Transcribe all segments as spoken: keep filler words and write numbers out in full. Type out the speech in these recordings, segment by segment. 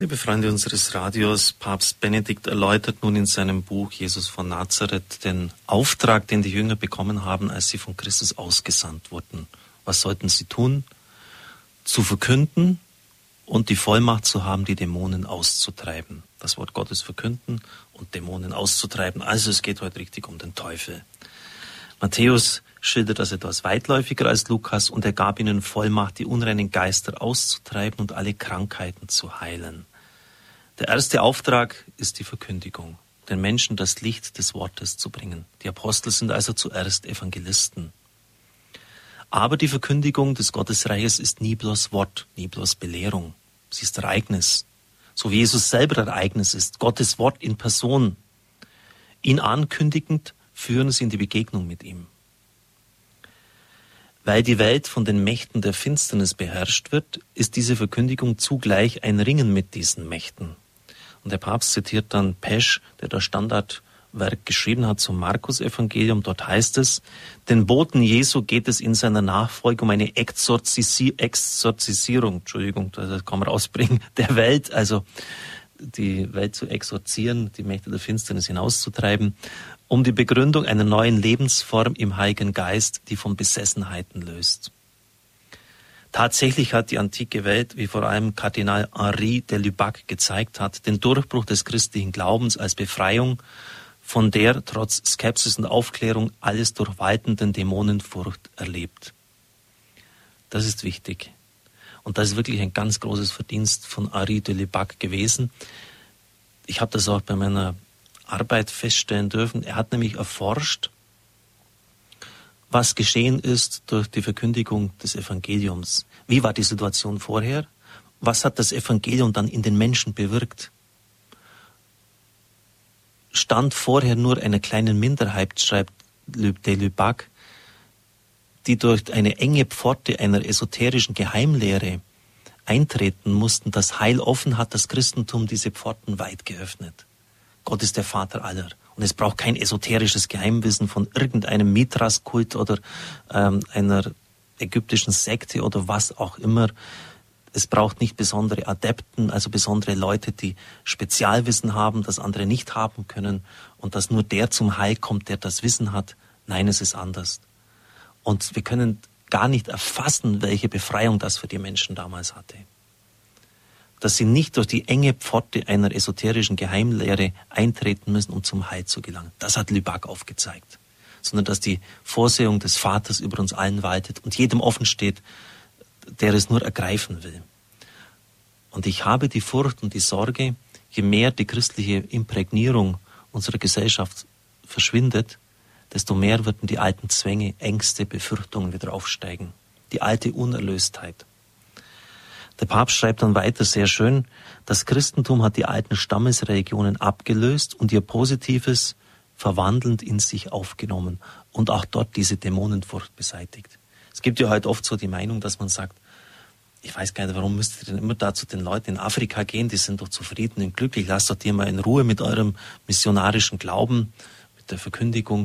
Liebe Freunde unseres Radios, Papst Benedikt erläutert nun in seinem Buch Jesus von Nazareth den Auftrag, den die Jünger bekommen haben, als sie von Christus ausgesandt wurden. Was sollten sie tun? Zu verkünden und die Vollmacht zu haben, die Dämonen auszutreiben. Das Wort Gottes verkünden und Dämonen auszutreiben. Also es geht heute richtig um den Teufel. Matthäus schildert das etwas weitläufiger als Lukas und er gab ihnen Vollmacht, die unreinen Geister auszutreiben und alle Krankheiten zu heilen. Der erste Auftrag ist die Verkündigung, den Menschen das Licht des Wortes zu bringen. Die Apostel sind also zuerst Evangelisten. Aber die Verkündigung des Gottesreiches ist nie bloß Wort, nie bloß Belehrung. Sie ist Ereignis, so wie Jesus selber Ereignis ist, Gottes Wort in Person. Ihn ankündigend führen sie in die Begegnung mit ihm. Weil die Welt von den Mächten der Finsternis beherrscht wird, ist diese Verkündigung zugleich ein Ringen mit diesen Mächten. Und der Papst zitiert dann Pesch, der das Standardwerk geschrieben hat zum Markus-Evangelium. Dort heißt es, den Boten Jesu geht es in seiner Nachfolge um eine Exorzisi- Exorzisierung, Entschuldigung, das kann man rausbringen, der Welt, also die Welt zu exorzieren, die Mächte der Finsternis hinauszutreiben, um die Begründung einer neuen Lebensform im Heiligen Geist, die von Besessenheiten löst. Tatsächlich hat die antike Welt, wie vor allem Kardinal Henri de Lubac gezeigt hat, den Durchbruch des christlichen Glaubens als Befreiung von der trotz Skepsis und Aufklärung alles durchwaltenden Dämonenfurcht erlebt. Das ist wichtig. Und das ist wirklich ein ganz großes Verdienst von Henri de Lubac gewesen. Ich habe das auch bei meiner Arbeit feststellen dürfen. Er hat nämlich erforscht, was geschehen ist durch die Verkündigung des Evangeliums. Wie war die Situation vorher? Was hat das Evangelium dann in den Menschen bewirkt? Stand vorher nur einer kleinen Minderheit, schreibt de Lubac, die durch eine enge Pforte einer esoterischen Geheimlehre eintreten mussten. Das Heil offen hat das Christentum diese Pforten weit geöffnet. Gott ist der Vater aller. Und es braucht kein esoterisches Geheimwissen von irgendeinem Mithras-Kult oder ähm, einer ägyptischen Sekte oder was auch immer. Es braucht nicht besondere Adepten, also besondere Leute, die Spezialwissen haben, das andere nicht haben können und dass nur der zum Heil kommt, der das Wissen hat. Nein, es ist anders. Und wir können gar nicht erfassen, welche Befreiung das für die Menschen damals hatte. Dass sie nicht durch die enge Pforte einer esoterischen Geheimlehre eintreten müssen, um zum Heil zu gelangen. Das hat Lubac aufgezeigt. Sondern dass die Vorsehung des Vaters über uns allen waltet und jedem offen steht, der es nur ergreifen will. Und ich habe die Furcht und die Sorge, je mehr die christliche Imprägnierung unserer Gesellschaft verschwindet, desto mehr würden die alten Zwänge, Ängste, Befürchtungen wieder aufsteigen. Die alte Unerlöstheit. Der Papst schreibt dann weiter sehr schön, das Christentum hat die alten Stammesreligionen abgelöst und ihr Positives verwandelnd in sich aufgenommen und auch dort diese Dämonenfurcht beseitigt. Es gibt ja heute oft so die Meinung, dass man sagt, ich weiß gar nicht, warum müsst ihr denn immer da zu den Leuten in Afrika gehen, die sind doch zufrieden und glücklich, lasst doch die mal in Ruhe mit eurem missionarischen Glauben, mit der Verkündigung.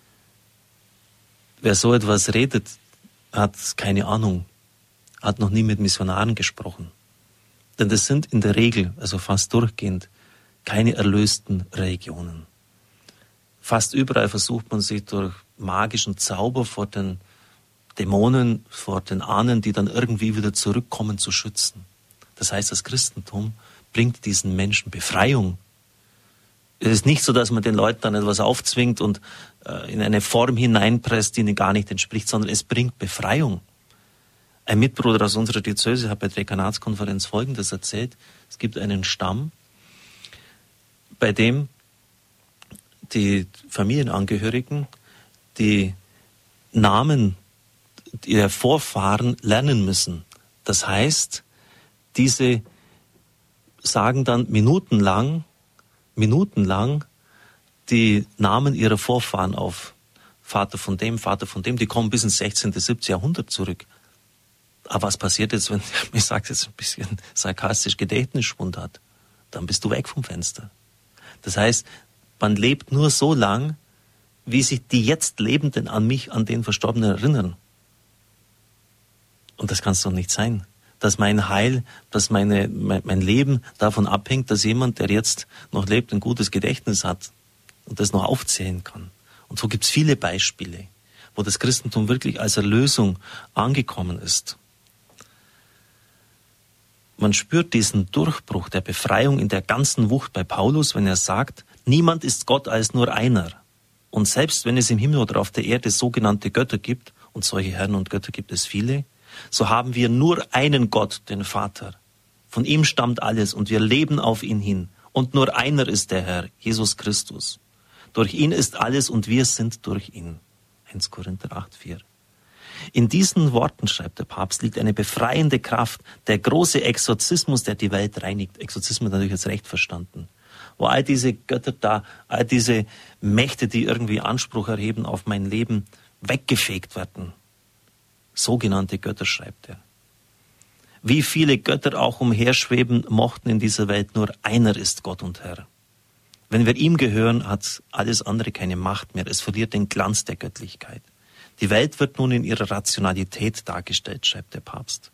Wer so etwas redet, hat keine Ahnung, hat noch nie mit Missionaren gesprochen. Denn das sind in der Regel, also fast durchgehend, keine erlösten Religionen. Fast überall versucht man sich durch magischen Zauber vor den Dämonen, vor den Ahnen, die dann irgendwie wieder zurückkommen, zu schützen. Das heißt, das Christentum bringt diesen Menschen Befreiung. Es ist nicht so, dass man den Leuten dann etwas aufzwingt und äh, in eine Form hineinpresst, die ihnen gar nicht entspricht, sondern es bringt Befreiung. Ein Mitbruder aus unserer Diözese hat bei der Dekanatskonferenz Folgendes erzählt. Es gibt einen Stamm, bei dem die Familienangehörigen die Namen ihrer Vorfahren lernen müssen. Das heißt, diese sagen dann minutenlang, minutenlang die Namen ihrer Vorfahren auf. Vater von dem, Vater von dem, die kommen bis ins sechzehnten, siebzehnten Jahrhundert zurück. Aber was passiert jetzt, wenn, ich sage jetzt ein bisschen sarkastisch, Gedächtnisschwund hat? Dann bist du weg vom Fenster. Das heißt, man lebt nur so lang, wie sich die jetzt Lebenden an mich, an den Verstorbenen erinnern. Und das kann es doch nicht sein. dass mein Heil, dass meine, mein, mein Leben davon abhängt, dass jemand, der jetzt noch lebt, ein gutes Gedächtnis hat und das noch aufzählen kann. Und so gibt es viele Beispiele, wo das Christentum wirklich als Erlösung angekommen ist. Man spürt diesen Durchbruch der Befreiung in der ganzen Wucht bei Paulus, wenn er sagt, niemand ist Gott als nur einer. Und selbst wenn es im Himmel oder auf der Erde sogenannte Götter gibt, und solche Herren und Götter gibt es viele, so haben wir nur einen Gott, den Vater. Von ihm stammt alles und wir leben auf ihn hin. Und nur einer ist der Herr, Jesus Christus. Durch ihn ist alles und wir sind durch ihn. erster Korinther acht, vier. In diesen Worten, schreibt der Papst, liegt eine befreiende Kraft, der große Exorzismus, der die Welt reinigt. Exorzismus natürlich jetzt recht verstanden. Wo all diese Götter da, all diese Mächte, die irgendwie Anspruch erheben auf mein Leben, weggefegt werden. Sogenannte Götter, schreibt er. Wie viele Götter auch umherschweben mochten in dieser Welt, nur einer ist Gott und Herr. Wenn wir ihm gehören, hat alles andere keine Macht mehr. Es verliert den Glanz der Göttlichkeit. Die Welt wird nun in ihrer Rationalität dargestellt, schreibt der Papst.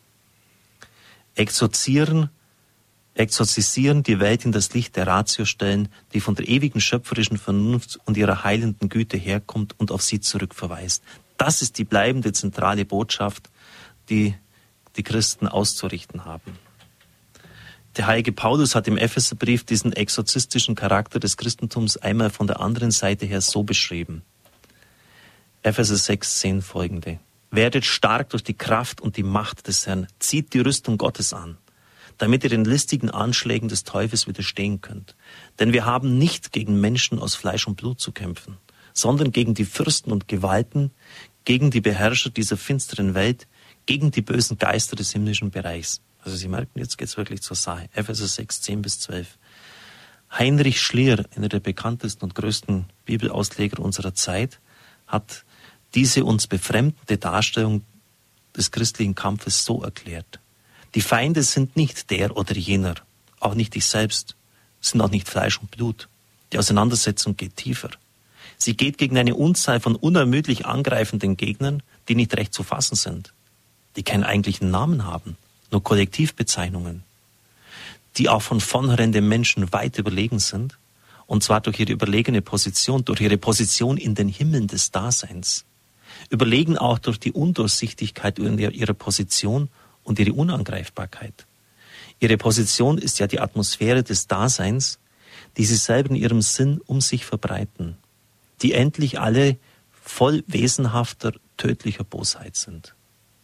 Exorzieren, exorzisieren, die Welt in das Licht der Ratio stellen, die von der ewigen schöpferischen Vernunft und ihrer heilenden Güte herkommt und auf sie zurückverweist. Das ist die bleibende zentrale Botschaft, die die Christen auszurichten haben. Der heilige Paulus hat im Epheserbrief diesen exorzistischen Charakter des Christentums einmal von der anderen Seite her so beschrieben. Epheser sechs, zehn folgende. Werdet stark durch die Kraft und die Macht des Herrn, zieht die Rüstung Gottes an, damit ihr den listigen Anschlägen des Teufels widerstehen könnt. Denn wir haben nicht gegen Menschen aus Fleisch und Blut zu kämpfen, sondern gegen die Fürsten und Gewalten, gegen die Beherrscher dieser finsteren Welt, gegen die bösen Geister des himmlischen Bereichs. Also Sie merken, jetzt geht's wirklich zur Sache. Epheser sechs, zehn bis zwölf. Heinrich Schlier, einer der bekanntesten und größten Bibelausleger unserer Zeit, hat diese uns befremdende Darstellung des christlichen Kampfes so erklärt. Die Feinde sind nicht der oder jener, auch nicht ich selbst, sind auch nicht Fleisch und Blut. Die Auseinandersetzung geht tiefer. Sie geht gegen eine Unzahl von unermüdlich angreifenden Gegnern, die nicht recht zu fassen sind, die keinen eigentlichen Namen haben, nur Kollektivbezeichnungen, die auch von vornherein den Menschen weit überlegen sind, und zwar durch ihre überlegene Position, durch ihre Position in den Himmeln des Daseins. Überlegen auch durch die Undurchsichtigkeit ihrer Position und ihre Unangreifbarkeit. Ihre Position ist ja die Atmosphäre des Daseins, die sie selber in ihrem Sinn um sich verbreiten, die endlich alle voll wesenhafter, tödlicher Bosheit sind.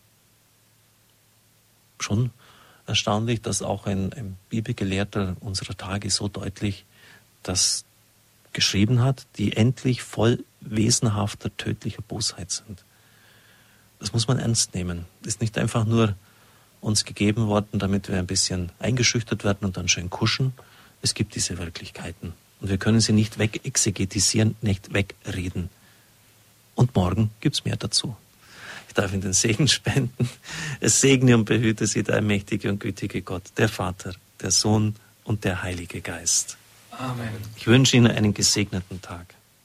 Schon erstaunlich, dass auch ein, ein Bibelgelehrter unserer Tage so deutlich das geschrieben hat, die endlich voll wesenhafter, tödlicher Bosheit sind. Das muss man ernst nehmen. Das ist nicht einfach nur uns gegeben worden, damit wir ein bisschen eingeschüchtert werden und dann schön kuschen. Es gibt diese Wirklichkeiten. Und wir können sie nicht wegexegetisieren, nicht wegreden. Und morgen gibt's mehr dazu. Ich darf Ihnen den Segen spenden. Es segne und behüte Sie der allmächtige und gütige Gott, der Vater, der Sohn und der Heilige Geist. Amen. Ich wünsche Ihnen einen gesegneten Tag.